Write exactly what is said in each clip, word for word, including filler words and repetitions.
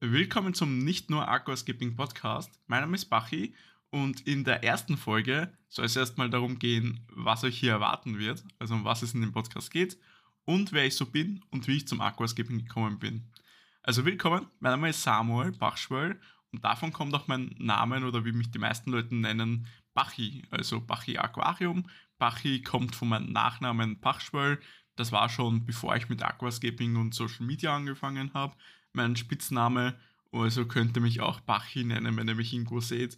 Willkommen zum Nicht nur Aquascaping Podcast. Mein Name ist Bachi und in der ersten Folge soll es erstmal darum gehen, was euch hier erwarten wird, also um was es in dem Podcast geht und wer ich so bin und wie ich zum Aquascaping gekommen bin. Also willkommen, mein Name ist Samuel Bachschwöll und davon kommt auch mein Name oder wie mich die meisten Leute nennen, Bachi, also Bachi Aquarium. Bachi kommt von meinem Nachnamen Bachschwöll. Das war schon bevor ich mit Aquascaping und Social Media angefangen habe. Mein Spitzname, also könnt ihr mich auch Bachi nennen, wenn ihr mich irgendwo seht.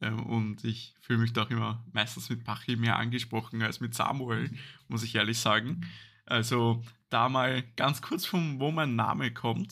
Und ich fühle mich doch immer meistens mit Bachi mehr angesprochen als mit Samuel, muss ich ehrlich sagen. Also da mal ganz kurz von wo mein Name kommt.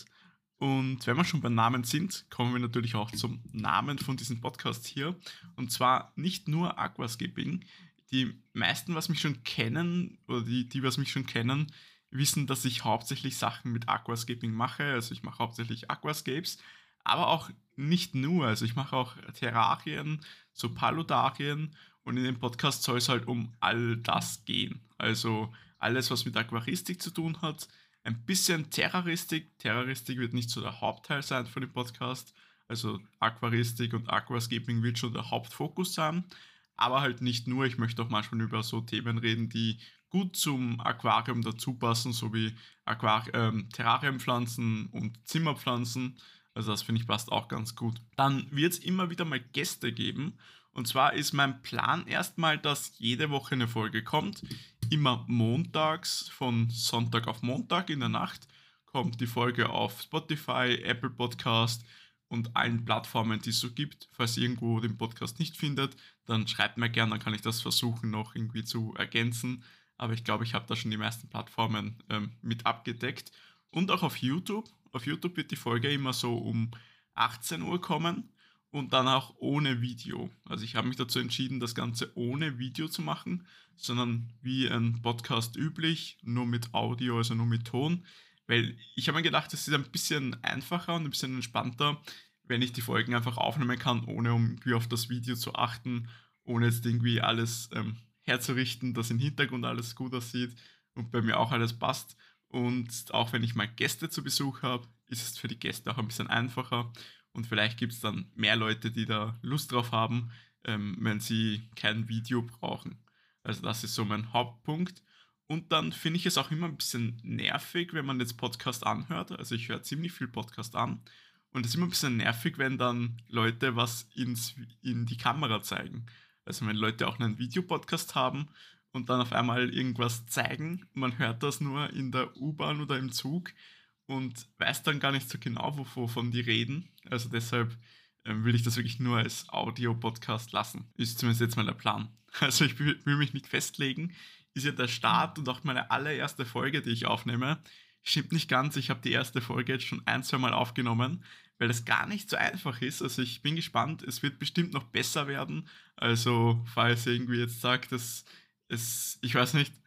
Und wenn wir schon bei Namen sind, kommen wir natürlich auch zum Namen von diesem Podcast hier. Und zwar nicht nur Aquascaping. Die meisten, was mich schon kennen, oder die, die, was mich schon kennen, wissen, dass ich hauptsächlich Sachen mit Aquascaping mache. Also ich mache hauptsächlich Aquascapes, aber auch nicht nur. Also ich mache auch Terrarien, so Paludarien und in dem Podcast soll es halt um all das gehen. Also alles, was mit Aquaristik zu tun hat. Ein bisschen Terroristik. Terroristik wird nicht so der Hauptteil sein von dem Podcast. Also Aquaristik und Aquascaping wird schon der Hauptfokus sein. Aber halt nicht nur, ich möchte auch manchmal über so Themen reden, die gut zum Aquarium dazu passen, so wie Aquar ähm, Terrariumpflanzen und Zimmerpflanzen. Also das finde ich passt auch ganz gut. Dann wird es immer wieder mal Gäste geben. Und zwar ist mein Plan erstmal, dass jede Woche eine Folge kommt. Immer montags, von Sonntag auf Montag in der Nacht, kommt die Folge auf Spotify, Apple Podcast und allen Plattformen, die es so gibt. Falls ihr irgendwo den Podcast nicht findet, dann schreibt mir gerne, dann kann ich das versuchen noch irgendwie zu ergänzen. Aber ich glaube, ich habe da schon die meisten Plattformen ähm, mit abgedeckt. Und auch auf YouTube. Auf YouTube wird die Folge immer so um achtzehn Uhr kommen und dann auch ohne Video. Also ich habe mich dazu entschieden, das Ganze ohne Video zu machen, sondern wie ein Podcast üblich, nur mit Audio, also nur mit Ton. Weil ich habe mir gedacht, es ist ein bisschen einfacher und ein bisschen entspannter, wenn ich die Folgen einfach aufnehmen kann, ohne irgendwie auf das Video zu achten, ohne jetzt irgendwie alles ähm, herzurichten, dass im Hintergrund alles gut aussieht und bei mir auch alles passt. Und auch wenn ich mal Gäste zu Besuch habe, ist es für die Gäste auch ein bisschen einfacher. Und vielleicht gibt es dann mehr Leute, die da Lust drauf haben, ähm, wenn sie kein Video brauchen. Also das ist so mein Hauptpunkt. Und dann finde ich es auch immer ein bisschen nervig, wenn man jetzt Podcast anhört. Also ich höre ziemlich viel Podcast an. Und es ist immer ein bisschen nervig, wenn dann Leute was ins, in die Kamera zeigen. Also wenn Leute auch einen Videopodcast haben und dann auf einmal irgendwas zeigen, man hört das nur in der U-Bahn oder im Zug und weiß dann gar nicht so genau, wovon die reden. Also deshalb ähm, will ich das wirklich nur als Audio-Podcast lassen. Ist zumindest jetzt mal der Plan. Also ich will, will mich nicht festlegen. Ist ja der Start und auch meine allererste Folge, die ich aufnehme. Stimmt nicht ganz, ich habe die erste Folge jetzt schon ein, zwei Mal aufgenommen, weil es gar nicht so einfach ist. Also ich bin gespannt, es wird bestimmt noch besser werden. Also falls ihr irgendwie jetzt sagt, dass es, ich weiß nicht,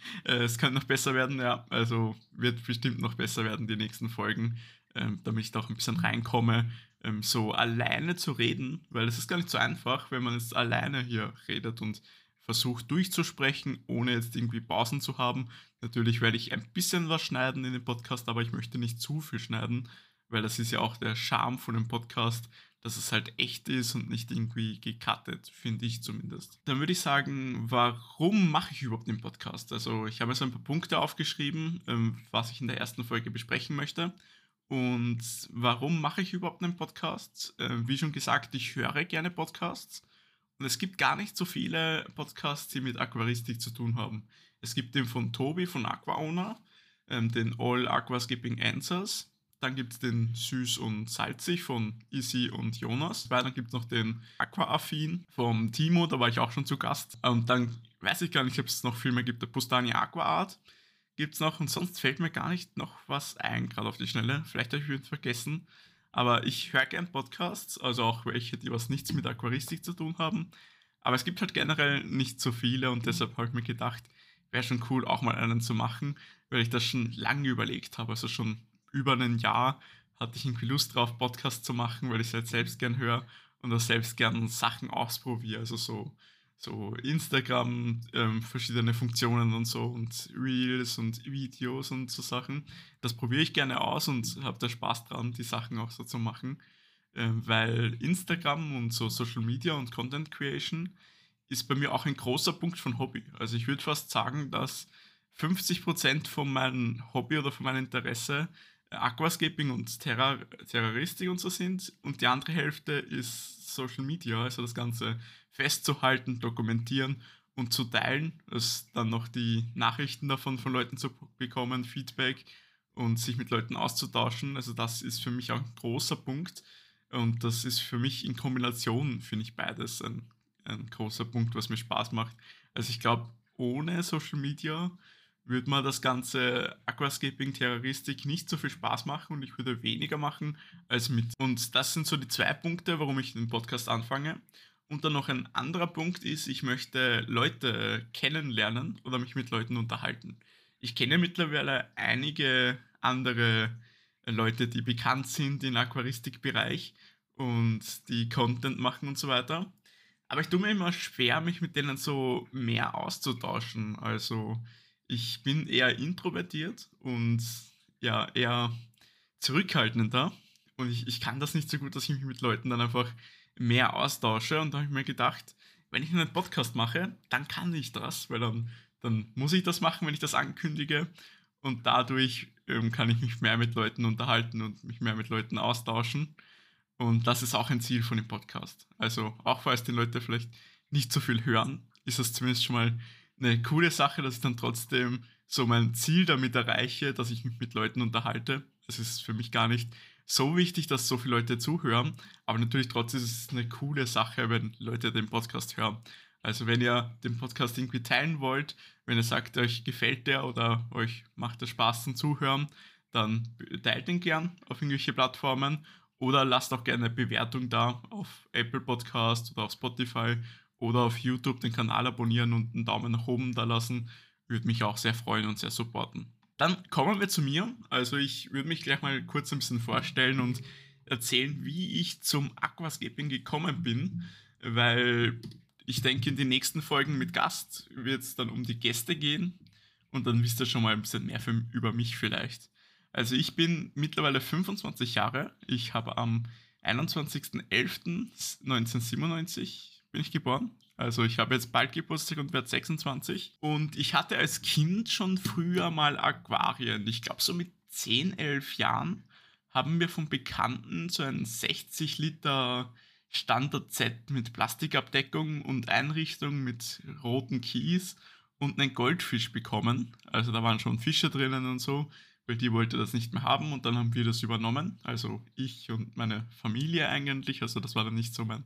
es könnte noch besser werden, ja, also wird bestimmt noch besser werden die nächsten Folgen, ähm, damit ich da auch ein bisschen reinkomme, ähm, so alleine zu reden, weil es ist gar nicht so einfach, wenn man jetzt alleine hier redet und versucht durchzusprechen, ohne jetzt irgendwie Pausen zu haben. Natürlich werde ich ein bisschen was schneiden in dem Podcast, aber ich möchte nicht zu viel schneiden, weil das ist ja auch der Charme von dem Podcast, dass es halt echt ist und nicht irgendwie gecuttet, finde ich zumindest. Dann würde ich sagen, warum mache ich überhaupt den Podcast? Also ich habe so ein paar Punkte aufgeschrieben, ähm, was ich in der ersten Folge besprechen möchte. Und warum mache ich überhaupt einen Podcast? Äh, wie schon gesagt, ich höre gerne Podcasts. Und es gibt gar nicht so viele Podcasts, die mit Aquaristik zu tun haben. Es gibt den von Tobi von AquaOwner, ähm, den All Aquascaping Answers. Dann gibt es den Süß und Salzig von Isi und Jonas. Dann gibt es noch den Aquaaffin vom Timo, da war ich auch schon zu Gast. Und dann weiß ich gar nicht, ob es noch viel mehr gibt. Der Bustani Aquaart gibt es noch und sonst fällt mir gar nicht noch was ein, gerade auf die Schnelle. Vielleicht habe ich wieder vergessen. Aber ich höre gern Podcasts, also auch welche, die was nichts mit Aquaristik zu tun haben. Aber es gibt halt generell nicht so viele und deshalb habe ich mir gedacht, wäre schon cool, auch mal einen zu machen, weil ich das schon lange überlegt habe. Also schon über ein Jahr hatte ich irgendwie Lust drauf, Podcasts zu machen, weil ich es halt selbst gern höre und auch selbst gern Sachen ausprobiere. Also so so Instagram, ähm, verschiedene Funktionen und so und Reels und Videos und so Sachen. Das probiere ich gerne aus und habe da Spaß dran, die Sachen auch so zu machen, ähm, weil Instagram und so Social Media und Content Creation ist bei mir auch ein großer Punkt von Hobby. Also ich würde fast sagen, dass fünfzig Prozent von meinem Hobby oder von meinem Interesse äh, Aquascaping und Terra Terroristik und so sind und die andere Hälfte ist Social Media, also das Ganze festzuhalten, dokumentieren und zu teilen, dass dann noch die Nachrichten davon von Leuten zu bekommen, Feedback und sich mit Leuten auszutauschen. Also das ist für mich auch ein großer Punkt und das ist für mich in Kombination, finde ich beides ein, ein großer Punkt, was mir Spaß macht. Also ich glaube, ohne Social Media würde mir das ganze Aquascaping Terroristik nicht so viel Spaß machen und ich würde weniger machen als mit. Und das sind so die zwei Punkte, warum ich den Podcast anfange. Und dann noch ein anderer Punkt ist, ich möchte Leute kennenlernen oder mich mit Leuten unterhalten. Ich kenne mittlerweile einige andere Leute, die bekannt sind im Aquaristikbereich und die Content machen und so weiter. Aber ich tue mir immer schwer, mich mit denen so mehr auszutauschen. Also ich bin eher introvertiert und ja, eher zurückhaltender. Und ich, ich kann das nicht so gut, dass ich mich mit Leuten dann einfach mehr austausche. Und da habe ich mir gedacht, wenn ich einen Podcast mache, dann kann ich das, weil dann, dann muss ich das machen, wenn ich das ankündige. Und dadurch ähm, kann ich mich mehr mit Leuten unterhalten und mich mehr mit Leuten austauschen. Und das ist auch ein Ziel von dem Podcast. Also auch falls die Leute vielleicht nicht so viel hören, ist das zumindest schon mal eine coole Sache, dass ich dann trotzdem so mein Ziel damit erreiche, dass ich mich mit Leuten unterhalte. Es ist für mich gar nicht so wichtig, dass so viele Leute zuhören, aber natürlich trotzdem ist es eine coole Sache, wenn Leute den Podcast hören. Also wenn ihr den Podcast irgendwie teilen wollt, wenn ihr sagt, euch gefällt der oder euch macht es Spaß zum Zuhören, dann teilt ihn gern auf irgendwelche Plattformen oder lasst auch gerne eine Bewertung da auf Apple Podcast oder auf Spotify oder auf YouTube den Kanal abonnieren und einen Daumen nach oben da lassen. Würde mich auch sehr freuen und sehr supporten. Dann kommen wir zu mir. Also ich würde mich gleich mal kurz ein bisschen vorstellen und erzählen, wie ich zum Aquascaping gekommen bin, weil ich denke, in den nächsten Folgen mit Gast wird es dann um die Gäste gehen und dann wisst ihr schon mal ein bisschen mehr für, über mich vielleicht. Also ich bin mittlerweile fünfundzwanzig Jahre. Ich habe am einundzwanzigsten elften neunzehnhundertsiebenundneunzig bin ich geboren. Also ich habe jetzt bald Geburtstag und werde sechsundzwanzig. Und ich hatte als Kind schon früher mal Aquarien. Ich glaube so mit zehn, elf Jahren haben wir von Bekannten so ein sechzig Liter Standard-Set mit Plastikabdeckung und Einrichtung mit roten Kies und einen Goldfisch bekommen. Also da waren schon Fische drinnen und so, weil die wollte das nicht mehr haben und dann haben wir das übernommen. Also ich und meine Familie eigentlich. Also das war dann nicht so mein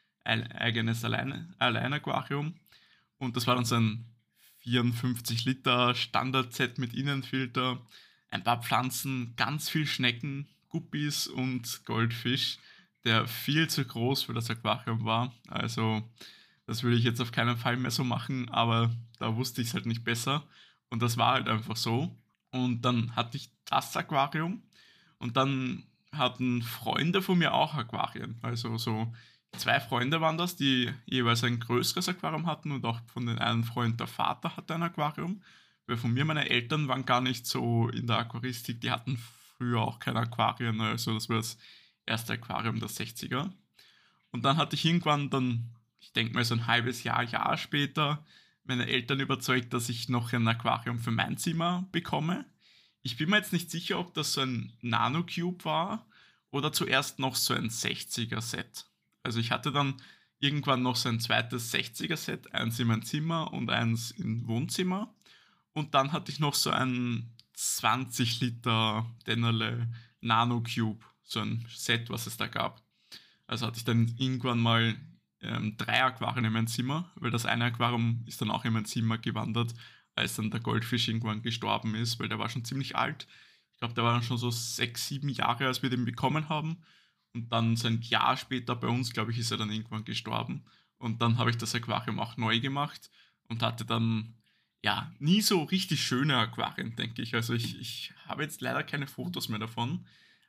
eigenes Alleine, Alleinaquarium. Und das war dann so ein vierundfünfzig Liter Standard-Set mit Innenfilter, ein paar Pflanzen, ganz viel Schnecken, Guppies und Goldfisch, der viel zu groß für das Aquarium war. Also das würde ich jetzt auf keinen Fall mehr so machen, aber da wusste ich es halt nicht besser. Und das war halt einfach so. Und dann hatte ich das Aquarium und dann hatten Freunde von mir auch Aquarien. Also so zwei Freunde waren das, die jeweils ein größeres Aquarium hatten und auch von den einen Freund der Vater hatte ein Aquarium. Weil von mir, meine Eltern waren gar nicht so in der Aquaristik, die hatten früher auch kein Aquarien, also das war das erste Aquarium der sechziger. Und dann hatte ich irgendwann dann, ich denke mal so ein halbes Jahr, Jahr später, meine Eltern überzeugt, dass ich noch ein Aquarium für mein Zimmer bekomme. Ich bin mir jetzt nicht sicher, ob das so ein Nanocube war oder zuerst noch so ein sechziger Set. Also ich hatte dann irgendwann noch so ein zweites sechziger Set, eins in mein Zimmer und eins im Wohnzimmer. Und dann hatte ich noch so ein zwanzig Liter Dennerle Nanocube, so ein Set, was es da gab. Also hatte ich dann irgendwann mal ähm, drei Aquarien in meinem Zimmer, weil das eine Aquarium ist dann auch in mein Zimmer gewandert, als dann der Goldfisch irgendwann gestorben ist, weil der war schon ziemlich alt. Ich glaube, der war dann schon so sechs, sieben Jahre, als wir den bekommen haben. Und dann so ein Jahr später bei uns, glaube ich, ist er dann irgendwann gestorben. Und dann habe ich das Aquarium auch neu gemacht und hatte dann, ja, nie so richtig schöne Aquarien, denke ich. Also ich, ich habe jetzt leider keine Fotos mehr davon.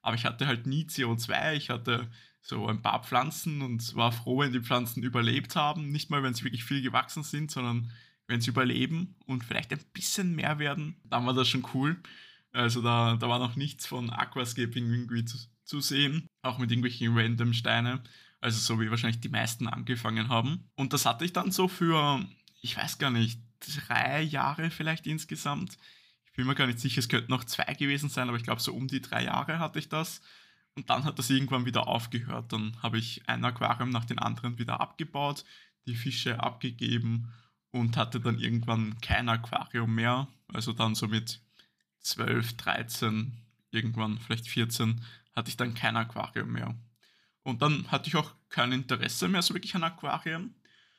aber ich hatte halt nie C O zwei. Ich hatte so ein paar Pflanzen und war froh, wenn die Pflanzen überlebt haben. Nicht mal, wenn sie wirklich viel gewachsen sind, sondern wenn sie überleben und vielleicht ein bisschen mehr werden, dann war das schon cool. Also da, da war noch nichts von Aquascaping irgendwie zu, zu sehen, auch mit irgendwelchen random Steine. Also so wie wahrscheinlich die meisten angefangen haben. Und das hatte ich dann so für, ich weiß gar nicht, drei Jahre vielleicht insgesamt. Ich bin mir gar nicht sicher, es könnten noch zwei gewesen sein, aber ich glaube so um die drei Jahre hatte ich das. Und dann hat das irgendwann wieder aufgehört. Dann habe ich ein Aquarium nach dem anderen wieder abgebaut, die Fische abgegeben und hatte dann irgendwann kein Aquarium mehr. Also dann so mit zwölf, dreizehn, irgendwann vielleicht vierzehn, hatte ich dann kein Aquarium mehr. Und dann hatte ich auch kein Interesse mehr so wirklich an Aquarien.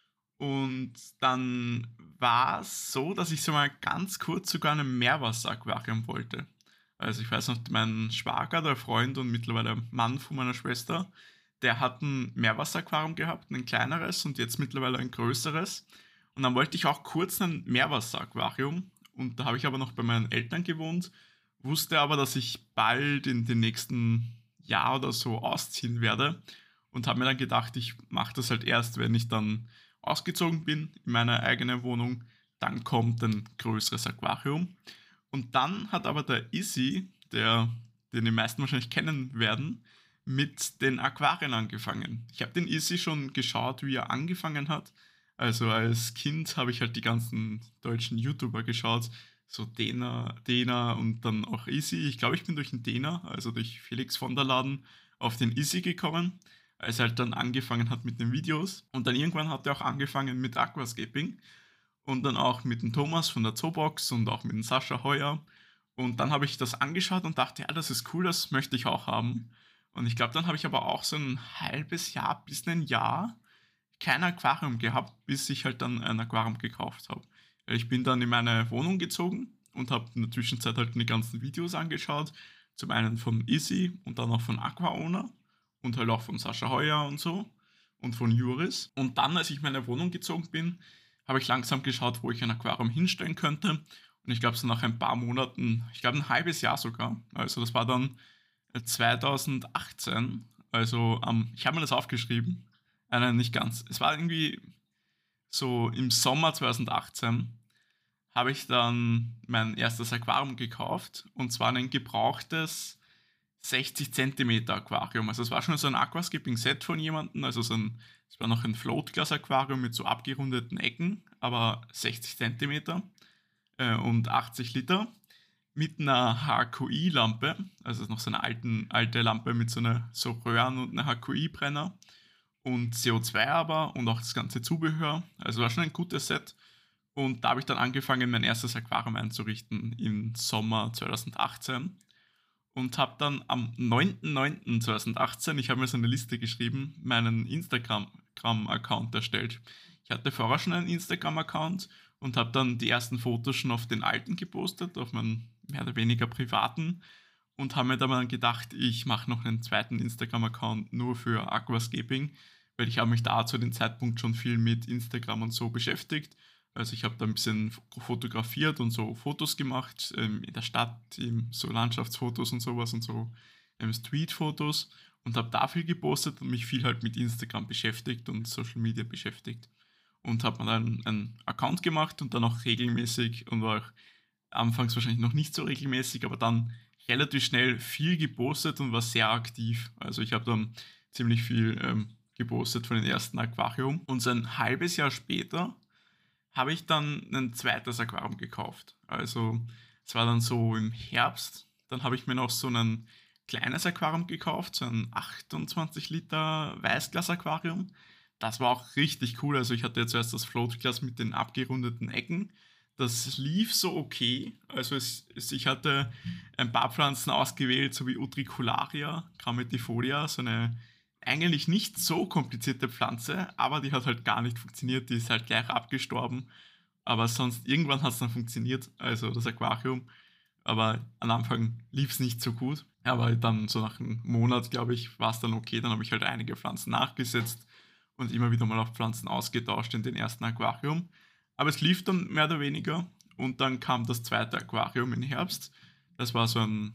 Und dann war es so, dass ich so mal ganz kurz sogar ein Meerwasseraquarium wollte. Also ich weiß noch, mein Schwager, der Freund und mittlerweile Mann von meiner Schwester, der hat ein Meerwasseraquarium gehabt, ein kleineres und jetzt mittlerweile ein größeres. Und dann wollte ich auch kurz ein Meerwasseraquarium. Und da habe ich aber noch bei meinen Eltern gewohnt, wusste aber, dass ich bald in den nächsten Jahr oder so ausziehen werde. Und habe mir dann gedacht, ich mache das halt erst, wenn ich dann ausgezogen bin in meine eigene Wohnung. Dann kommt ein größeres Aquarium. Und dann hat aber der Izzy, der, den die meisten wahrscheinlich kennen werden, mit den Aquarien angefangen. Ich habe den Izzy schon geschaut, wie er angefangen hat. Also als Kind habe ich halt die ganzen deutschen YouTuber geschaut, so Dena, Dena und dann auch Izzy. Ich glaube, ich bin durch den Dena, also durch Felix von der Laden, auf den Izzy gekommen, als er halt dann angefangen hat mit den Videos. Und dann irgendwann hat er auch angefangen mit Aquascaping. Und dann auch mit dem Thomas von der Zoobox und auch mit dem Sascha Heuer. Und dann habe ich das angeschaut und dachte, ja, das ist cool, das möchte ich auch haben. Und ich glaube, dann habe ich aber auch so ein halbes Jahr bis ein Jahr kein Aquarium gehabt, bis ich halt dann ein Aquarium gekauft habe. Ich bin dann in meine Wohnung gezogen und habe in der Zwischenzeit halt die ganzen Videos angeschaut. Zum einen von Izzy und dann auch von AquaOwner und halt auch von Sascha Heuer und so und von Juris. Und dann, als ich in meine Wohnung gezogen bin, habe ich langsam geschaut, wo ich ein Aquarium hinstellen könnte. Und ich glaube, so nach ein paar Monaten, ich glaube ein halbes Jahr sogar, also das war dann zwanzig achtzehn, also ähm, ich habe mir das aufgeschrieben, äh, nein, nicht ganz, es war irgendwie so im Sommer zwanzig achtzehn, habe ich dann mein erstes Aquarium gekauft und zwar ein gebrauchtes sechzig Zentimeter Aquarium. Also es war schon so ein Aquascaping-Set von jemandem, also so ein, es war noch ein Floatglas-Aquarium mit so abgerundeten Ecken, aber sechzig Zentimeter äh, und achtzig Liter mit einer H Q I-Lampe, also noch so eine alten, alte Lampe mit so einer so Röhren und einer H Q I-Brenner und C O zwei aber und auch das ganze Zubehör. Also war schon ein gutes Set. Und da habe ich dann angefangen, mein erstes Aquarium einzurichten im Sommer zwanzig achtzehn und habe dann am neunten neunten zweitausendachtzehn, ich habe mir so eine Liste geschrieben, meinen Instagram-Account erstellt. Ich hatte vorher schon einen Instagram-Account und habe dann die ersten Fotos schon auf den alten gepostet, auf meinen mehr oder weniger privaten und habe mir dann gedacht, ich mache noch einen zweiten Instagram-Account nur für Aquascaping, weil ich habe mich da zu dem Zeitpunkt schon viel mit Instagram und so beschäftigt. Also ich habe da ein bisschen fotografiert und so Fotos gemacht ähm, in der Stadt, eben so Landschaftsfotos und sowas und so ähm, Street-Fotos und habe da viel gepostet und mich viel halt mit Instagram beschäftigt und Social Media beschäftigt. Und habe mir dann einen Account gemacht und dann auch regelmäßig und war auch anfangs wahrscheinlich noch nicht so regelmäßig, aber dann relativ schnell viel gepostet und war sehr aktiv. Also ich habe dann ziemlich viel ähm, gepostet von den ersten Aquarium und so ein halbes Jahr später habe ich dann ein zweites Aquarium gekauft. Also es war dann so im Herbst. Dann habe ich mir noch so ein kleines Aquarium gekauft, so ein achtundzwanzig Liter Weißglas-Aquarium. Das war auch richtig cool. Also ich hatte jetzt zuerst das Floatglas mit den abgerundeten Ecken. Das lief so okay. Also es, es, ich hatte ein paar Pflanzen ausgewählt, so wie Utricularia, Grametifolia, so eine eigentlich nicht so komplizierte Pflanze, aber die hat halt gar nicht funktioniert, die ist halt gleich abgestorben. Aber sonst, irgendwann hat es dann funktioniert, also das Aquarium. Aber am Anfang lief es nicht so gut. Aber dann so nach einem Monat, glaube ich, war es dann okay. Dann habe ich halt einige Pflanzen nachgesetzt und immer wieder mal auch Pflanzen ausgetauscht in den ersten Aquarium. Aber es lief dann mehr oder weniger. Und dann kam das zweite Aquarium im Herbst. Das war so ein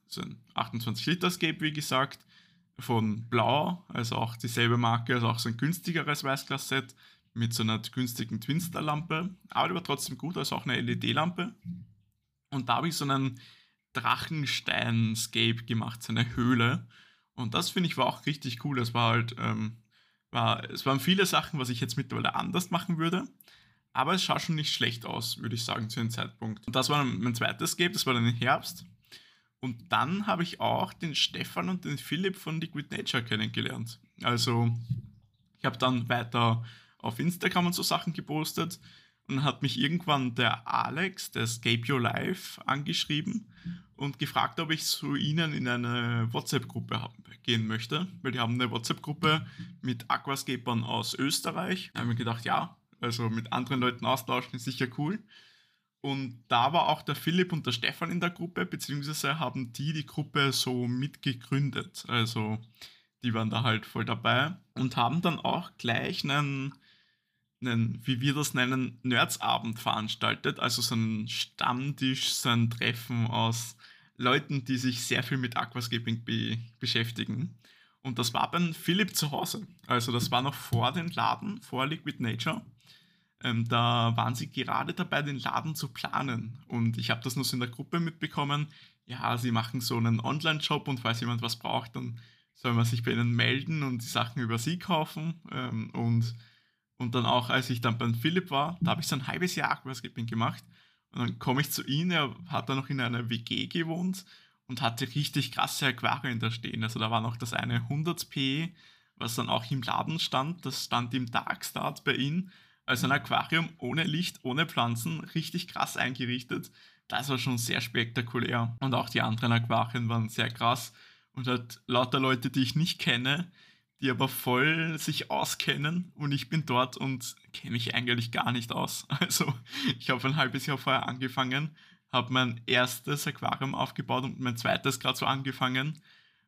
so ein achtundzwanzig Liter Escape, wie gesagt, von Blau, also auch dieselbe Marke, also auch so ein günstigeres Weißglas-Set mit so einer günstigen Twinstar-Lampe, aber die war trotzdem gut, also auch eine L E D-Lampe. Und da habe ich so einen Drachenstein-Scape gemacht, so eine Höhle. Und das finde ich war auch richtig cool. Das war halt, ähm, war, es waren viele Sachen, was ich jetzt mittlerweile anders machen würde. Aber es schaut schon nicht schlecht aus, würde ich sagen, zu dem Zeitpunkt. Und das war dann mein zweites Escape, das war dann im Herbst. Und dann habe ich auch den Stefan und den Philipp von Liquid Nature kennengelernt. Also ich habe dann weiter auf Instagram und so Sachen gepostet und dann hat mich irgendwann der Alex, der Escape Your Life, angeschrieben und gefragt, ob ich zu ihnen in eine WhatsApp-Gruppe hab- gehen möchte, weil die haben eine WhatsApp-Gruppe mit Aquascapern aus Österreich. Da habe ich mir gedacht, ja, also mit anderen Leuten austauschen ist sicher cool. Und da war auch der Philipp und der Stefan in der Gruppe, beziehungsweise haben die die Gruppe so mitgegründet. Also die waren da halt voll dabei und haben dann auch gleich einen, einen wie wir das nennen, Nerdsabend veranstaltet. Also so einen Stammtisch, so ein Treffen aus Leuten, die sich sehr viel mit Aquascaping be beschäftigen. Und das war beim Philipp zu Hause. Also das war noch vor dem Laden, vor Liquid Nature. Ähm, da waren sie gerade dabei, den Laden zu planen. Und ich habe das nur so in der Gruppe mitbekommen. Ja, sie machen so einen Online-Shop und falls jemand was braucht, dann soll man sich bei ihnen melden und die Sachen über sie kaufen. Ähm, und, und dann auch, als ich dann beim Philipp war, da habe ich so ein halbes Jahr Aquascaping gemacht. Und dann komme ich zu ihm, er hat da noch in einer W G gewohnt und hatte richtig krasse Aquarien da stehen. Also da war noch das eine hundert p, was dann auch im Laden stand. Das stand im Darkstart bei ihm. Also ein Aquarium ohne Licht, ohne Pflanzen, richtig krass eingerichtet. Das war schon sehr spektakulär. Und auch die anderen Aquarien waren sehr krass. Und halt lauter Leute, die ich nicht kenne, die aber voll sich auskennen. Und ich bin dort und kenne mich eigentlich gar nicht aus. Also ich habe ein halbes Jahr vorher angefangen, habe mein erstes Aquarium aufgebaut und mein zweites gerade so angefangen.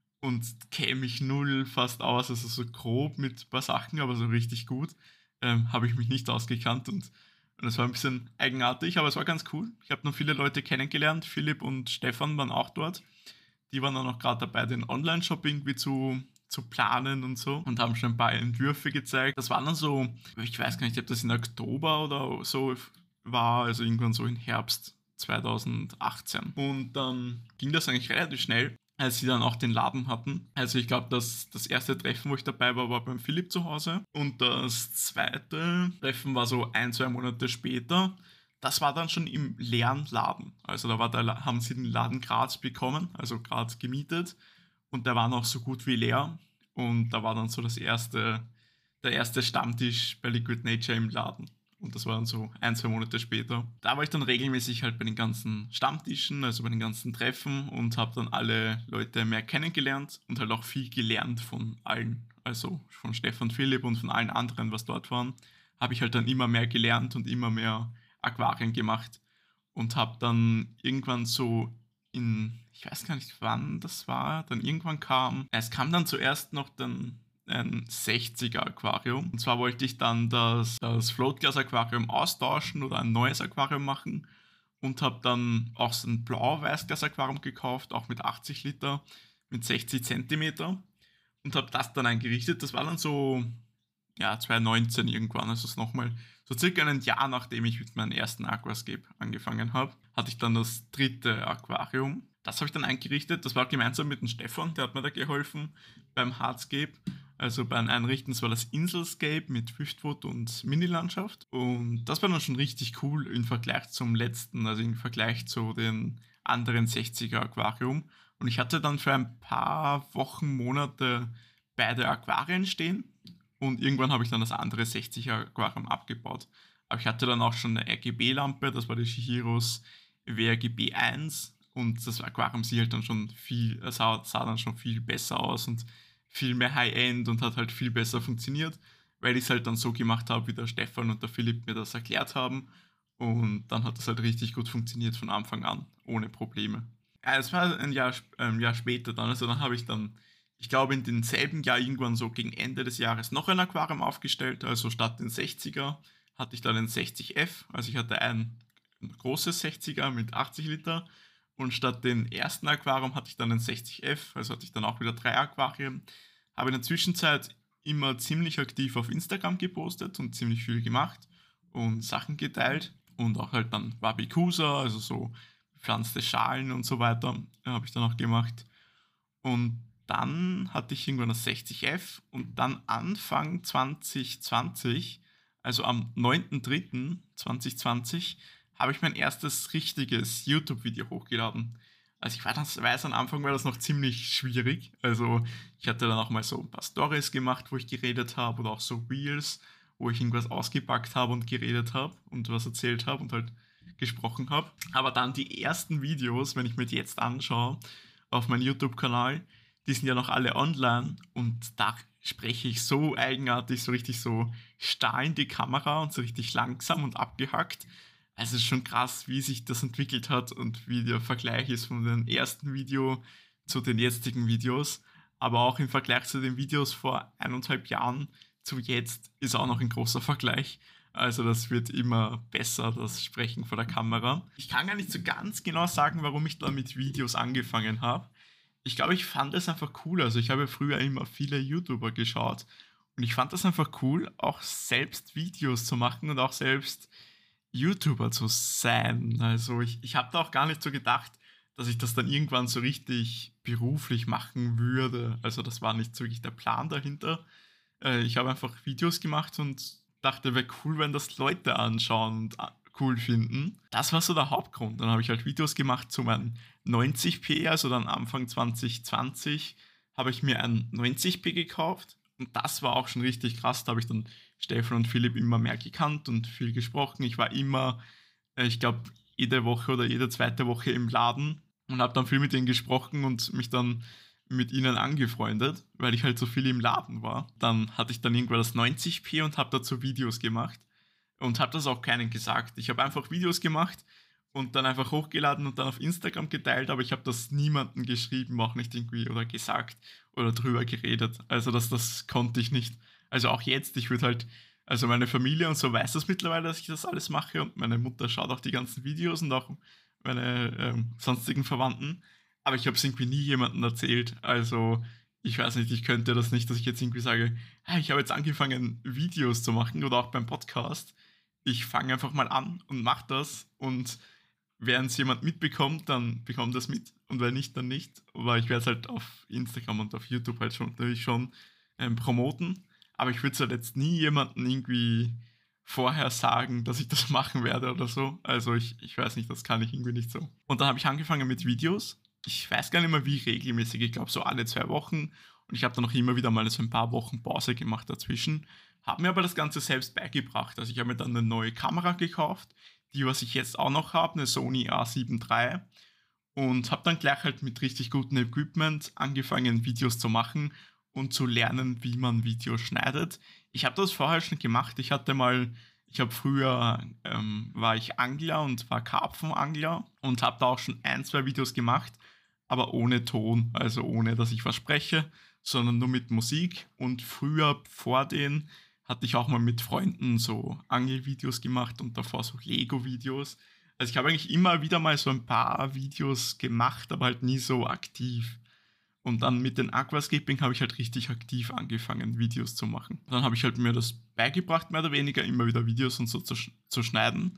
Und kenne mich null fast aus, also so grob mit ein paar Sachen, aber so richtig gut ähm, habe ich mich nicht ausgekannt und, und das war ein bisschen eigenartig, aber es war ganz cool. Ich habe noch viele Leute kennengelernt, Philipp und Stefan waren auch dort. Die waren dann auch gerade dabei, den Online-Shop irgendwie zu, zu planen und so und haben schon ein paar Entwürfe gezeigt. Das waren dann so, ich weiß gar nicht, ob das in Oktober oder so war, also irgendwann so im Herbst zweitausendachtzehn. Und dann ging das eigentlich relativ schnell, als sie dann auch den Laden hatten. Also ich glaube, das, das erste Treffen, wo ich dabei war, war beim Philipp zu Hause. Und das zweite Treffen war so ein, zwei Monate später. Das war dann schon im leeren Laden. Also da war der, haben sie den Laden Graz bekommen, also Graz gemietet. Und der war noch so gut wie leer. Und da war dann so das erste, der erste Stammtisch bei Liquid Nature im Laden. Und das war dann so ein, zwei Monate später. Da war ich dann regelmäßig halt bei den ganzen Stammtischen, also bei den ganzen Treffen und habe dann alle Leute mehr kennengelernt und halt auch viel gelernt von allen. Also von Stefan Philipp und von allen anderen, was dort waren, habe ich halt dann immer mehr gelernt und immer mehr Aquarien gemacht und habe dann irgendwann so in, ich weiß gar nicht wann das war, dann irgendwann kam, es kam dann zuerst noch dann ein sechziger Aquarium. Und zwar wollte ich dann das, das Floatglas Aquarium austauschen oder ein neues Aquarium machen und habe dann auch so ein blau-weißglas Aquarium gekauft, auch mit achtzig Liter, mit sechzig Zentimeter und habe das dann eingerichtet. Das war dann so, ja, zwanzig neunzehn irgendwann, also es nochmal so circa ein Jahr nachdem ich mit meinem ersten Aquascape angefangen habe, hatte ich dann das dritte Aquarium. Das habe ich dann eingerichtet, das war gemeinsam mit dem Stefan, der hat mir da geholfen beim Hardscape. Also beim Einrichten, das war das Inselscape mit Driftwood und Mini-Landschaft. Und das war dann schon richtig cool im Vergleich zum letzten, also im Vergleich zu den anderen sechziger Aquarium. Und ich hatte dann für ein paar Wochen, Monate beide Aquarien stehen. Und irgendwann habe ich dann das andere sechziger Aquarium abgebaut. Aber ich hatte dann auch schon eine R G B-Lampe, das war die Shihiros W R G B eins. Und das Aquarium sieht halt dann schon viel, sah, sah dann schon viel besser aus und viel mehr High-End und hat halt viel besser funktioniert, weil ich es halt dann so gemacht habe, wie der Stefan und der Philipp mir das erklärt haben. Und dann hat das halt richtig gut funktioniert von Anfang an, ohne Probleme. Ja, es war ein Jahr, ein Jahr später dann, also dann habe ich dann, ich glaube in demselben Jahr irgendwann so gegen Ende des Jahres noch ein Aquarium aufgestellt, also statt den sechziger hatte ich dann den sechzig F, also ich hatte ein großes sechziger mit achtzig Liter Und statt den ersten Aquarium hatte ich dann ein sechzig F, also hatte ich dann auch wieder drei Aquarien. Habe in der Zwischenzeit immer ziemlich aktiv auf Instagram gepostet und ziemlich viel gemacht und Sachen geteilt. Und auch halt dann Wabikusa, also so bepflanzte Schalen und so weiter, äh, habe ich dann auch gemacht. Und dann hatte ich irgendwann das sechzig F und dann Anfang zwanzig zwanzig, also am neunten dritten zweitausendzwanzig, habe ich mein erstes richtiges YouTube-Video hochgeladen. Also ich weiß, am Anfang war das noch ziemlich schwierig. Also ich hatte dann auch mal so ein paar Stories gemacht, wo ich geredet habe oder auch so Reels, wo ich irgendwas ausgepackt habe und geredet habe und was erzählt habe und halt gesprochen habe. Aber dann die ersten Videos, wenn ich mir die jetzt anschaue, auf meinem YouTube-Kanal, die sind ja noch alle online und da spreche ich so eigenartig, so richtig so starr in die Kamera und so richtig langsam und abgehackt. Also es ist schon krass, wie sich das entwickelt hat und wie der Vergleich ist von dem ersten Video zu den jetzigen Videos. Aber auch im Vergleich zu den Videos vor eineinhalb Jahren zu jetzt ist auch noch ein großer Vergleich. Also das wird immer besser, das Sprechen vor der Kamera. Ich kann gar nicht so ganz genau sagen, warum ich da mit Videos angefangen habe. Ich glaube, ich fand es einfach cool. Also ich habe ja früher immer viele YouTuber geschaut und ich fand das einfach cool, auch selbst Videos zu machen und auch selbst YouTuber zu sein. Also ich, ich habe da auch gar nicht so gedacht, dass ich das dann irgendwann so richtig beruflich machen würde. Also das war nicht so wirklich der Plan dahinter. Äh, ich habe einfach Videos gemacht und dachte, wäre cool, wenn das Leute anschauen und a- cool finden. Das war so der Hauptgrund. Dann habe ich halt Videos gemacht zu meinem neunzig p, also dann Anfang zwanzig zwanzig habe ich mir ein neunzig p gekauft und das war auch schon richtig krass. Da habe ich dann Stefan und Philipp immer mehr gekannt und viel gesprochen. Ich war immer, äh, ich glaube, jede Woche oder jede zweite Woche im Laden und habe dann viel mit denen gesprochen und mich dann mit ihnen angefreundet, weil ich halt so viel im Laden war. Dann hatte ich dann irgendwann das neunzig p und habe dazu Videos gemacht und habe das auch keinen gesagt. Ich habe einfach Videos gemacht und dann einfach hochgeladen und dann auf Instagram geteilt, aber ich habe das niemandem geschrieben, auch nicht irgendwie oder gesagt oder drüber geredet. Also das, das konnte ich nicht. Also auch jetzt, ich würde halt, also meine Familie und so weiß das mittlerweile, dass ich das alles mache und meine Mutter schaut auch die ganzen Videos und auch meine ähm, sonstigen Verwandten. Aber ich habe es irgendwie nie jemandem erzählt. Also ich weiß nicht, ich könnte das nicht, dass ich jetzt irgendwie sage, ah, ich habe jetzt angefangen, Videos zu machen oder auch beim Podcast. Ich fange einfach mal an und mache das und wenn es jemand mitbekommt, dann bekommt das mit und wenn nicht, dann nicht. Aber ich werde es halt auf Instagram und auf YouTube halt schon natürlich schon ähm, promoten. Aber ich würde es halt jetzt nie jemandem irgendwie vorher sagen, dass ich das machen werde oder so. Also ich, ich weiß nicht, das kann ich irgendwie nicht so. Und dann habe ich angefangen mit Videos. Ich weiß gar nicht mehr, wie regelmäßig. Ich glaube so alle zwei Wochen. Und ich habe dann auch immer wieder mal so ein paar Wochen Pause gemacht dazwischen. Habe mir aber das Ganze selbst beigebracht. Also ich habe mir dann eine neue Kamera gekauft, die, was ich jetzt auch noch habe, eine Sony A sieben drei. Und habe dann gleich halt mit richtig gutem Equipment angefangen, Videos zu machen und zu lernen, wie man Videos schneidet. Ich habe das vorher schon gemacht. Ich hatte mal, ich habe früher, ähm, war ich Angler und war Karpfenangler und habe da auch schon ein, zwei Videos gemacht, aber ohne Ton, also ohne, dass ich was spreche, sondern nur mit Musik. Und früher, vor denen, hatte ich auch mal mit Freunden so Angelvideos gemacht und davor so Lego-Videos. Also ich habe eigentlich immer wieder mal so ein paar Videos gemacht, aber halt nie so aktiv. Und dann mit den Aquascaping habe ich halt richtig aktiv angefangen, Videos zu machen. Dann habe ich halt mir das beigebracht, mehr oder weniger, immer wieder Videos und so zu, sch- zu schneiden.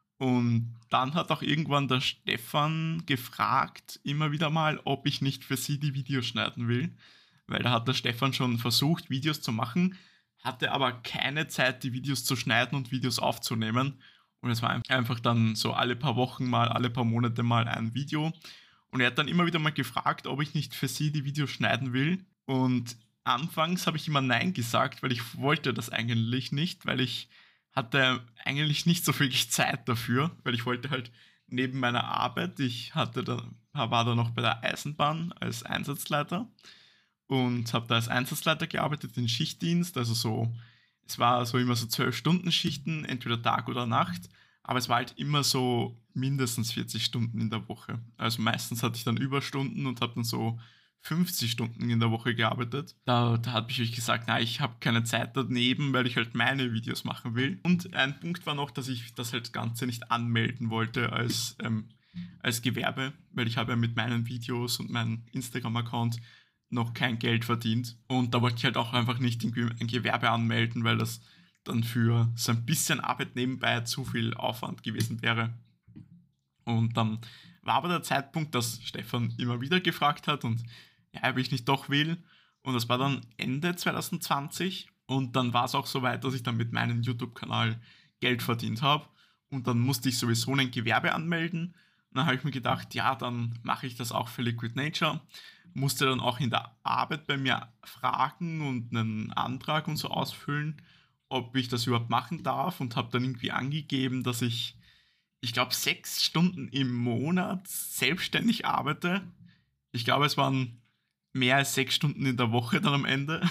Und dann hat auch irgendwann der Stefan gefragt, immer wieder mal, ob ich nicht für sie die Videos schneiden will. Weil da hat der Stefan schon versucht, Videos zu machen, hatte aber keine Zeit, die Videos zu schneiden und Videos aufzunehmen. Und es war einfach dann so alle paar Wochen mal, alle paar Monate mal ein Video. Und er hat dann immer wieder mal gefragt, ob ich nicht für sie die Videos schneiden will. Und anfangs habe ich immer Nein gesagt, weil ich wollte das eigentlich nicht, weil ich hatte eigentlich nicht so viel Zeit dafür, weil ich wollte halt neben meiner Arbeit, ich hatte da, war da noch bei der Eisenbahn als Einsatzleiter und habe da als Einsatzleiter gearbeitet, in Schichtdienst, also so, es war so immer so zwölf Stunden Schichten, entweder Tag oder Nacht, aber es war halt immer so mindestens vierzig Stunden in der Woche. Also meistens hatte ich dann Überstunden und habe dann so fünfzig Stunden in der Woche gearbeitet. Da, da habe ich euch gesagt, na, ich habe keine Zeit daneben, weil ich halt meine Videos machen will. Und ein Punkt war noch, dass ich das halt Ganze nicht anmelden wollte als ähm, als Gewerbe, weil ich habe ja mit meinen Videos und meinem Instagram-Account noch kein Geld verdient. Und da wollte ich halt auch einfach nicht irgendwie ein Gewerbe anmelden, weil das dann für so ein bisschen Arbeit nebenbei zu viel Aufwand gewesen wäre. Und dann war aber der Zeitpunkt, dass Stefan immer wieder gefragt hat und ja, ob ich nicht doch will. Und das war dann Ende zwanzig zwanzig und dann war es auch so weit, dass ich dann mit meinem YouTube-Kanal Geld verdient habe. Und dann musste ich sowieso ein Gewerbe anmelden. Und dann habe ich mir gedacht, ja, dann mache ich das auch für Liquid Nature. Musste dann auch in der Arbeit bei mir fragen und einen Antrag und so ausfüllen, ob ich das überhaupt machen darf und habe dann irgendwie angegeben, dass ich, ich glaube, sechs Stunden im Monat selbstständig arbeite. Ich glaube, es waren mehr als sechs Stunden in der Woche dann am Ende.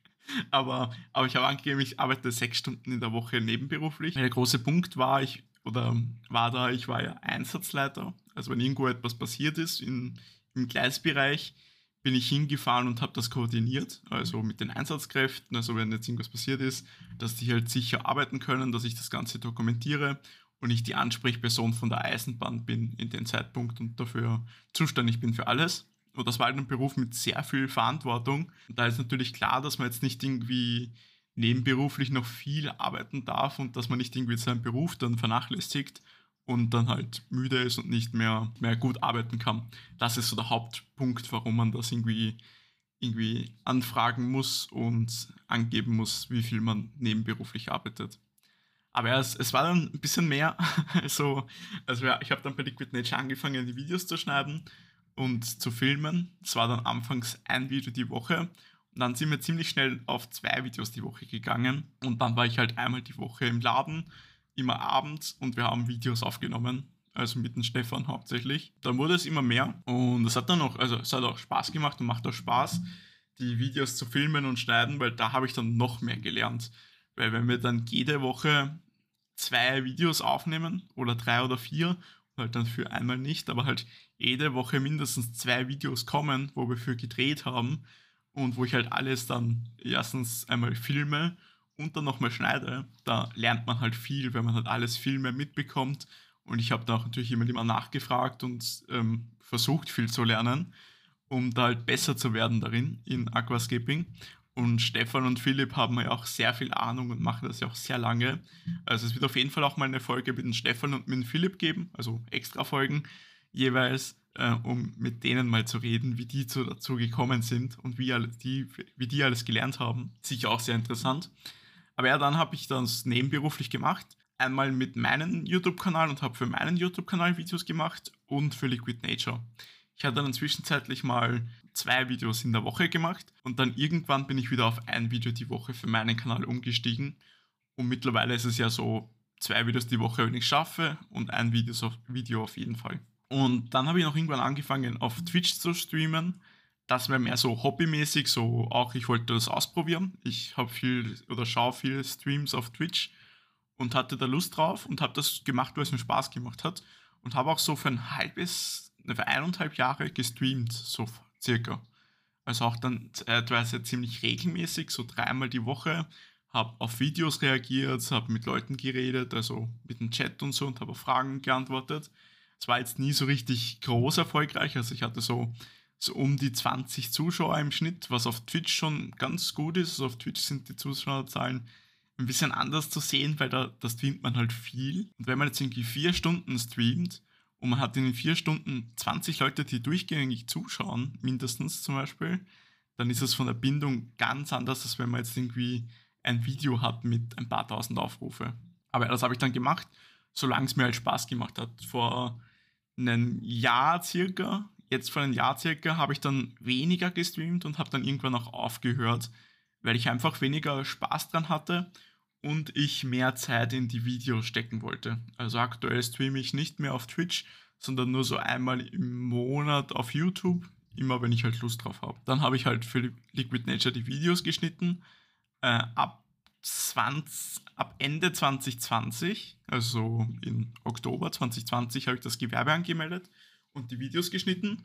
aber, aber ich habe angegeben, ich arbeite sechs Stunden in der Woche nebenberuflich. Der große Punkt war, ich, oder war da, ich war ja Einsatzleiter. Also wenn irgendwo etwas passiert ist in, im Gleisbereich, bin ich hingefahren und habe das koordiniert, also mit den Einsatzkräften, also wenn jetzt irgendwas passiert ist, dass die halt sicher arbeiten können, dass ich das Ganze dokumentiere und ich die Ansprechperson von der Eisenbahn bin in dem Zeitpunkt und dafür zuständig bin für alles. Und das war halt ein Beruf mit sehr viel Verantwortung. Und da ist natürlich klar, dass man jetzt nicht irgendwie nebenberuflich noch viel arbeiten darf und dass man nicht irgendwie seinen Beruf dann vernachlässigt und dann halt müde ist und nicht mehr, mehr gut arbeiten kann. Das ist so der Hauptpunkt, warum man das irgendwie, irgendwie anfragen muss und angeben muss, wie viel man nebenberuflich arbeitet. Aber ja, es, es war dann ein bisschen mehr. also, also ja, ich habe dann bei Liquid Nature angefangen, die Videos zu schneiden und zu filmen. Es war dann anfangs ein Video die Woche. Und dann sind wir ziemlich schnell auf zwei Videos die Woche gegangen. Und dann war ich halt einmal die Woche im Laden, immer abends, und wir haben Videos aufgenommen. Also mit dem Stefan hauptsächlich. Dann wurde es immer mehr. Und es hat dann auch, also es hat auch Spaß gemacht und macht auch Spaß, die Videos zu filmen und schneiden, weil da habe ich dann noch mehr gelernt. Weil wenn wir dann jede Woche zwei Videos aufnehmen oder drei oder vier, halt dann für einmal nicht, aber halt jede Woche mindestens zwei Videos kommen, wo wir für gedreht haben und wo ich halt alles dann erstens einmal filme und dann nochmal schneide, da lernt man halt viel, wenn man halt alles Filme mitbekommt. Und ich habe da auch natürlich immer, immer nachgefragt und ähm, versucht viel zu lernen, um da halt besser zu werden darin in Aquascaping. Und Stefan und Philipp haben ja auch sehr viel Ahnung und machen das ja auch sehr lange. Also es wird auf jeden Fall auch mal eine Folge mit dem Stefan und mit dem Philipp geben, also extra Folgen jeweils, äh, um mit denen mal zu reden, wie die zu, dazu gekommen sind und wie, alle, die, wie die alles gelernt haben. Sicher auch sehr interessant. Aber ja, dann habe ich das nebenberuflich gemacht. Einmal mit meinem YouTube-Kanal und habe für meinen YouTube-Kanal Videos gemacht und für Liquid Nature. Ich hatte dann zwischenzeitlich mal zwei Videos in der Woche gemacht und dann irgendwann bin ich wieder auf ein Video die Woche für meinen Kanal umgestiegen. Und mittlerweile ist es ja so, zwei Videos die Woche, wenn ich schaffe, und ein Video auf jeden Fall. Und dann habe ich noch irgendwann angefangen, auf Twitch zu streamen. Das wäre mehr so hobbymäßig, so auch ich wollte das ausprobieren. Ich habe viel oder schaue viele Streams auf Twitch und hatte da Lust drauf und habe das gemacht, weil es mir Spaß gemacht hat. Und habe auch so für ein halbes, für eineinhalb Jahre gestreamt, so circa. Also auch dann teilweise ziemlich regelmäßig, so dreimal die Woche. Habe auf Videos reagiert, habe mit Leuten geredet, also mit dem Chat und so, und habe auf Fragen geantwortet. Es war jetzt nie so richtig groß erfolgreich, also ich hatte so, so um die zwanzig Zuschauer im Schnitt, was auf Twitch schon ganz gut ist. Also auf Twitch sind die Zuschauerzahlen ein bisschen anders zu sehen, weil da, da streamt man halt viel. Und wenn man jetzt irgendwie vier Stunden streamt und man hat in den vier Stunden zwanzig Leute, die durchgängig zuschauen, mindestens zum Beispiel, dann ist es von der Bindung ganz anders, als wenn man jetzt irgendwie ein Video hat mit ein paar tausend Aufrufe. Aber das habe ich dann gemacht, solange es mir halt Spaß gemacht hat. Vor einem Jahr circa, jetzt vor einem Jahr circa, habe ich dann weniger gestreamt und habe dann irgendwann auch aufgehört, weil ich einfach weniger Spaß dran hatte und ich mehr Zeit in die Videos stecken wollte. Also aktuell streame ich nicht mehr auf Twitch, sondern nur so einmal im Monat auf YouTube, immer wenn ich halt Lust drauf habe. Dann habe ich halt für Liquid Nature die Videos geschnitten. Äh, ab, zwanzig, ab Ende zwanzig zwanzig, also im Oktober zwanzig zwanzig, habe ich das Gewerbe angemeldet und die Videos geschnitten.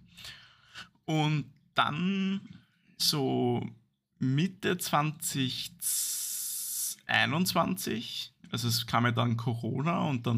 Und dann so Mitte zwanzig einundzwanzig, also es kam ja dann Corona und dann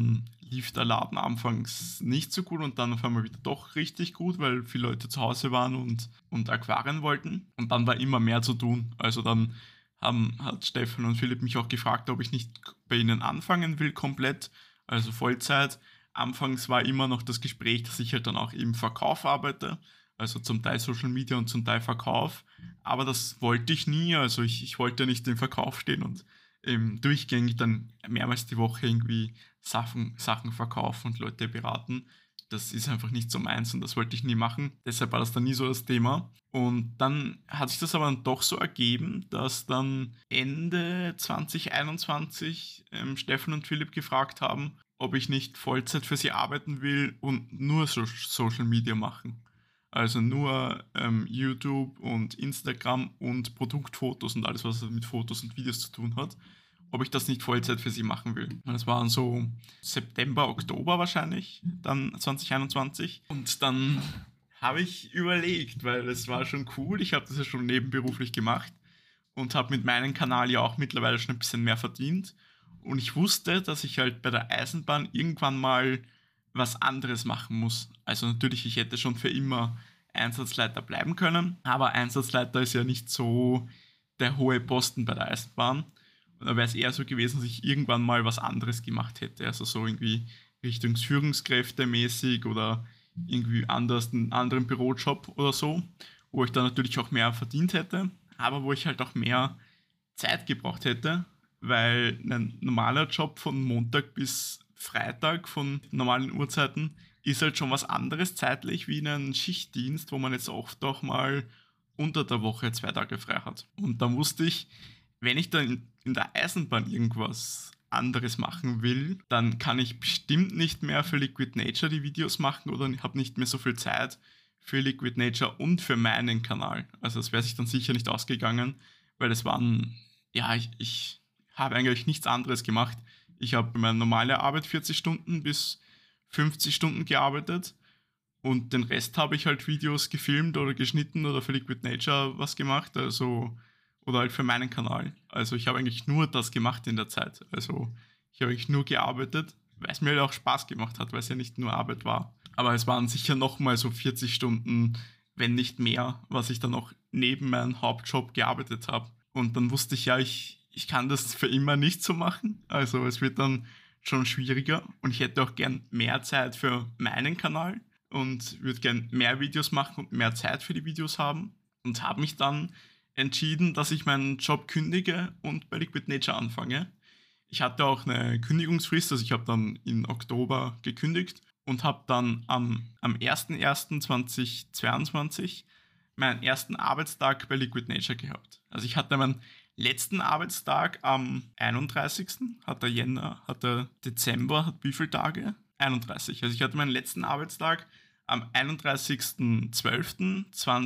lief der Laden anfangs nicht so gut und dann auf einmal wieder doch richtig gut, weil viele Leute zu Hause waren und, und Aquarien wollten. Und dann war immer mehr zu tun. Also dann haben, hat Stefan und Philipp mich auch gefragt, ob ich nicht bei ihnen anfangen will komplett, also Vollzeit. Anfangs war immer noch das Gespräch, dass ich halt dann auch im Verkauf arbeite, also zum Teil Social Media und zum Teil Verkauf. Aber das wollte ich nie, also ich, ich wollte nicht im Verkauf stehen und ähm, durchgängig dann mehrmals die Woche irgendwie Sachen, Sachen verkaufen und Leute beraten. Das ist einfach nicht so meins und das wollte ich nie machen. Deshalb war das dann nie so das Thema. Und dann hat sich das aber dann doch so ergeben, dass dann Ende zwanzig einundzwanzig ähm, Stefan und Philipp gefragt haben, ob ich nicht Vollzeit für sie arbeiten will und nur so Social Media machen. Also nur ähm, YouTube und Instagram und Produktfotos und alles, was mit Fotos und Videos zu tun hat, ob ich das nicht Vollzeit für sie machen will. Und das waren so September, Oktober wahrscheinlich, dann zwanzig einundzwanzig. Und dann habe ich überlegt, weil es war schon cool, ich habe das ja schon nebenberuflich gemacht und habe mit meinem Kanal ja auch mittlerweile schon ein bisschen mehr verdient. Und ich wusste, dass ich halt bei der Eisenbahn irgendwann mal was anderes machen muss. Also natürlich, ich hätte schon für immer Einsatzleiter bleiben können, aber Einsatzleiter ist ja nicht so der hohe Posten bei der Eisenbahn. Und da wäre es eher so gewesen, dass ich irgendwann mal was anderes gemacht hätte. Also so irgendwie Richtung Führungskräfte mäßig oder irgendwie anders, einen anderen Bürojob oder so, wo ich dann natürlich auch mehr verdient hätte, aber wo ich halt auch mehr Zeit gebraucht hätte, weil ein normaler Job von Montag bis Freitag von normalen Uhrzeiten ist halt schon was anderes zeitlich wie ein Schichtdienst, wo man jetzt oft auch mal unter der Woche zwei Tage frei hat. Und dann wusste ich, wenn ich dann in der Eisenbahn irgendwas anderes machen will, dann kann ich bestimmt nicht mehr für Liquid Nature die Videos machen oder habe nicht mehr so viel Zeit für Liquid Nature und für meinen Kanal. Also das wäre sich dann sicher nicht ausgegangen, weil es waren, ja, ich, ich habe eigentlich nichts anderes gemacht. Ich habe meine normale Arbeit vierzig Stunden bis fünfzig Stunden gearbeitet und den Rest habe ich halt Videos gefilmt oder geschnitten oder für Liquid Nature was gemacht, also oder halt für meinen Kanal. Also ich habe eigentlich nur das gemacht in der Zeit. Also ich habe eigentlich nur gearbeitet, weil es mir halt auch Spaß gemacht hat, weil es ja nicht nur Arbeit war. Aber es waren sicher nochmal so vierzig Stunden, wenn nicht mehr, was ich dann auch neben meinem Hauptjob gearbeitet habe. Und dann wusste ich ja, ich, ich kann das für immer nicht so machen. Also es wird dann schon schwieriger und ich hätte auch gern mehr Zeit für meinen Kanal und würde gern mehr Videos machen und mehr Zeit für die Videos haben und habe mich dann entschieden, dass ich meinen Job kündige und bei Liquid Nature anfange. Ich hatte auch eine Kündigungsfrist, also ich habe dann im Oktober gekündigt und habe dann am, am erster erster zweitausendzweiundzwanzig meinen ersten Arbeitstag bei Liquid Nature gehabt. Also ich hatte meinen letzten Arbeitstag am einunddreißigsten Hat der Jänner, hat der Dezember, hat wie viele Tage? einunddreißig. Also ich hatte meinen letzten Arbeitstag am einunddreißigsten zwölften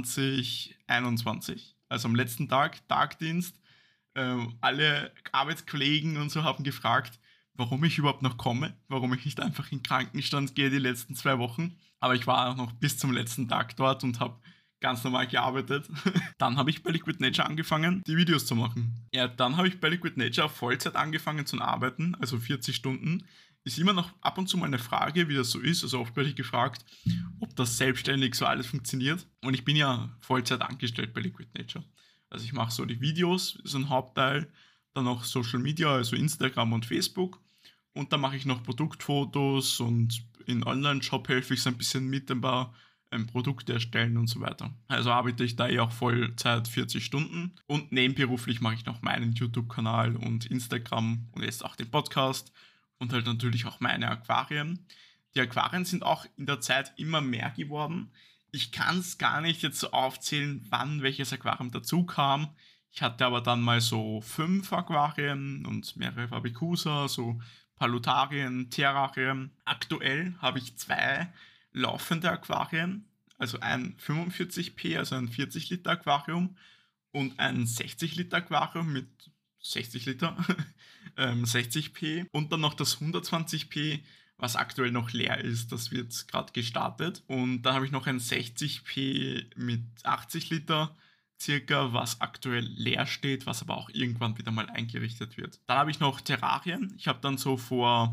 zweitausendeinundzwanzig. Also am letzten Tag, Tagdienst. Ähm, alle Arbeitskollegen und so haben gefragt, warum ich überhaupt noch komme, warum ich nicht einfach in Krankenstand gehe die letzten zwei Wochen. Aber ich war auch noch bis zum letzten Tag dort und habe ganz normal gearbeitet. Dann habe ich bei Liquid Nature angefangen, die Videos zu machen. Ja, dann habe ich bei Liquid Nature auf Vollzeit angefangen zu arbeiten, also vierzig Stunden. Ist immer noch ab und zu mal eine Frage, wie das so ist. Also oft werde ich gefragt, ob das selbstständig so alles funktioniert. Und ich bin ja Vollzeit angestellt bei Liquid Nature. Also ich mache so die Videos, ist ein Hauptteil. Dann auch Social Media, also Instagram und Facebook. Und dann mache ich noch Produktfotos und in Online-Shop helfe ich so ein bisschen mit, ein paar ähm, Produkte erstellen und so weiter. Also arbeite ich da eh auch Vollzeit vierzig Stunden. Und nebenberuflich mache ich noch meinen YouTube-Kanal und Instagram und jetzt auch den Podcast und halt natürlich auch meine Aquarien. Die Aquarien sind auch in der Zeit immer mehr geworden. Ich kann es gar nicht jetzt so aufzählen, wann welches Aquarium dazu kam. Ich hatte aber dann mal so fünf Aquarien und mehrere Fabicusa, so Palutarien, Terrarien. Aktuell habe ich zwei laufende Aquarien, also ein fünfundvierzig P, also ein vierzig Liter Aquarium und ein sechzig Liter Aquarium mit sechzig Liter, ähm, sechzig P und dann noch das hundertzwanzig P, was aktuell noch leer ist. Das wird gerade gestartet. Und dann habe ich noch ein sechzig P mit achtzig Liter circa, was aktuell leer steht, was aber auch irgendwann wieder mal eingerichtet wird. Dann habe ich noch Terrarien. Ich habe dann so vor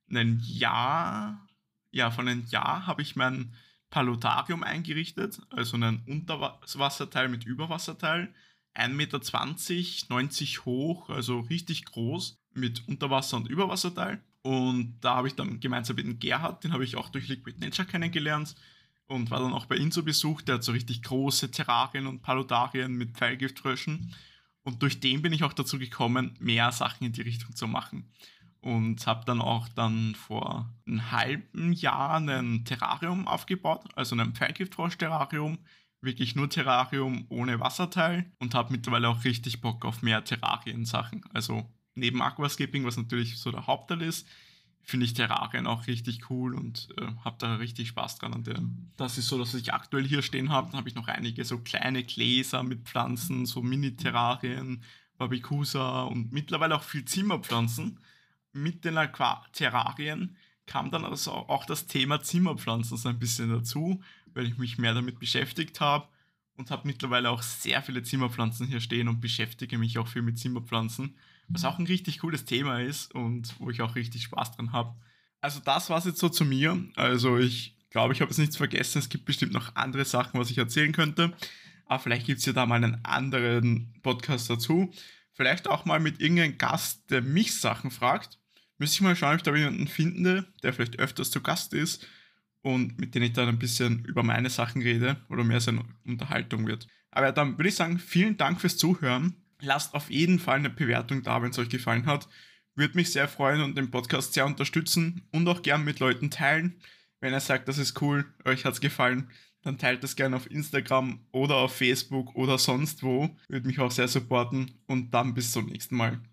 einem Jahr, ja, vor einem Jahr habe ich mein Paludarium eingerichtet, also einen Unterwasserteil mit Überwasserteil. ein Meter zwanzig, neunzig hoch, also richtig groß, mit Unterwasser- und Überwasserteil. Und da habe ich dann gemeinsam mit dem Gerhard, den habe ich auch durch Liquid Nature kennengelernt und war dann auch bei ihm zu Besuch. Der hat so richtig große Terrarien und Paludarien mit Pfeilgiftfröschen. Und durch den bin ich auch dazu gekommen, mehr Sachen in die Richtung zu machen. Und habe dann auch dann vor einem halben Jahr ein Terrarium aufgebaut, also ein Pfeilgiftfrosch-Terrarium, wirklich nur Terrarium ohne Wasserteil und habe mittlerweile auch richtig Bock auf mehr Terrarien-Sachen. Also neben Aquascaping, was natürlich so der Hauptteil ist, finde ich Terrarien auch richtig cool und äh, habe da richtig Spaß dran an dem. Das ist so, dass ich aktuell hier stehen habe. Dann habe ich noch einige so kleine Gläser mit Pflanzen, so Mini-Terrarien, Babicusa und mittlerweile auch viel Zimmerpflanzen. Mit den Aqua-Terrarien kam dann also auch das Thema Zimmerpflanzen so ein bisschen dazu, weil ich mich mehr damit beschäftigt habe und habe mittlerweile auch sehr viele Zimmerpflanzen hier stehen und beschäftige mich auch viel mit Zimmerpflanzen, was auch ein richtig cooles Thema ist und wo ich auch richtig Spaß dran habe. Also das war es jetzt so zu mir. Also ich glaube, ich habe jetzt nichts vergessen. Es gibt bestimmt noch andere Sachen, was ich erzählen könnte. Aber vielleicht gibt es ja da mal einen anderen Podcast dazu. Vielleicht auch mal mit irgendeinem Gast, der mich Sachen fragt. Müsste ich mal schauen, ob ich da jemanden finde, der vielleicht öfters zu Gast ist und mit dem ich dann ein bisschen über meine Sachen rede oder mehr so eine Unterhaltung wird. Aber dann würde ich sagen, vielen Dank fürs Zuhören. Lasst auf jeden Fall eine Bewertung da, wenn es euch gefallen hat. Würde mich sehr freuen und den Podcast sehr unterstützen und auch gern mit Leuten teilen. Wenn ihr sagt, das ist cool, euch hat es gefallen, dann teilt das gerne auf Instagram oder auf Facebook oder sonst wo. Würde mich auch sehr supporten und dann bis zum nächsten Mal.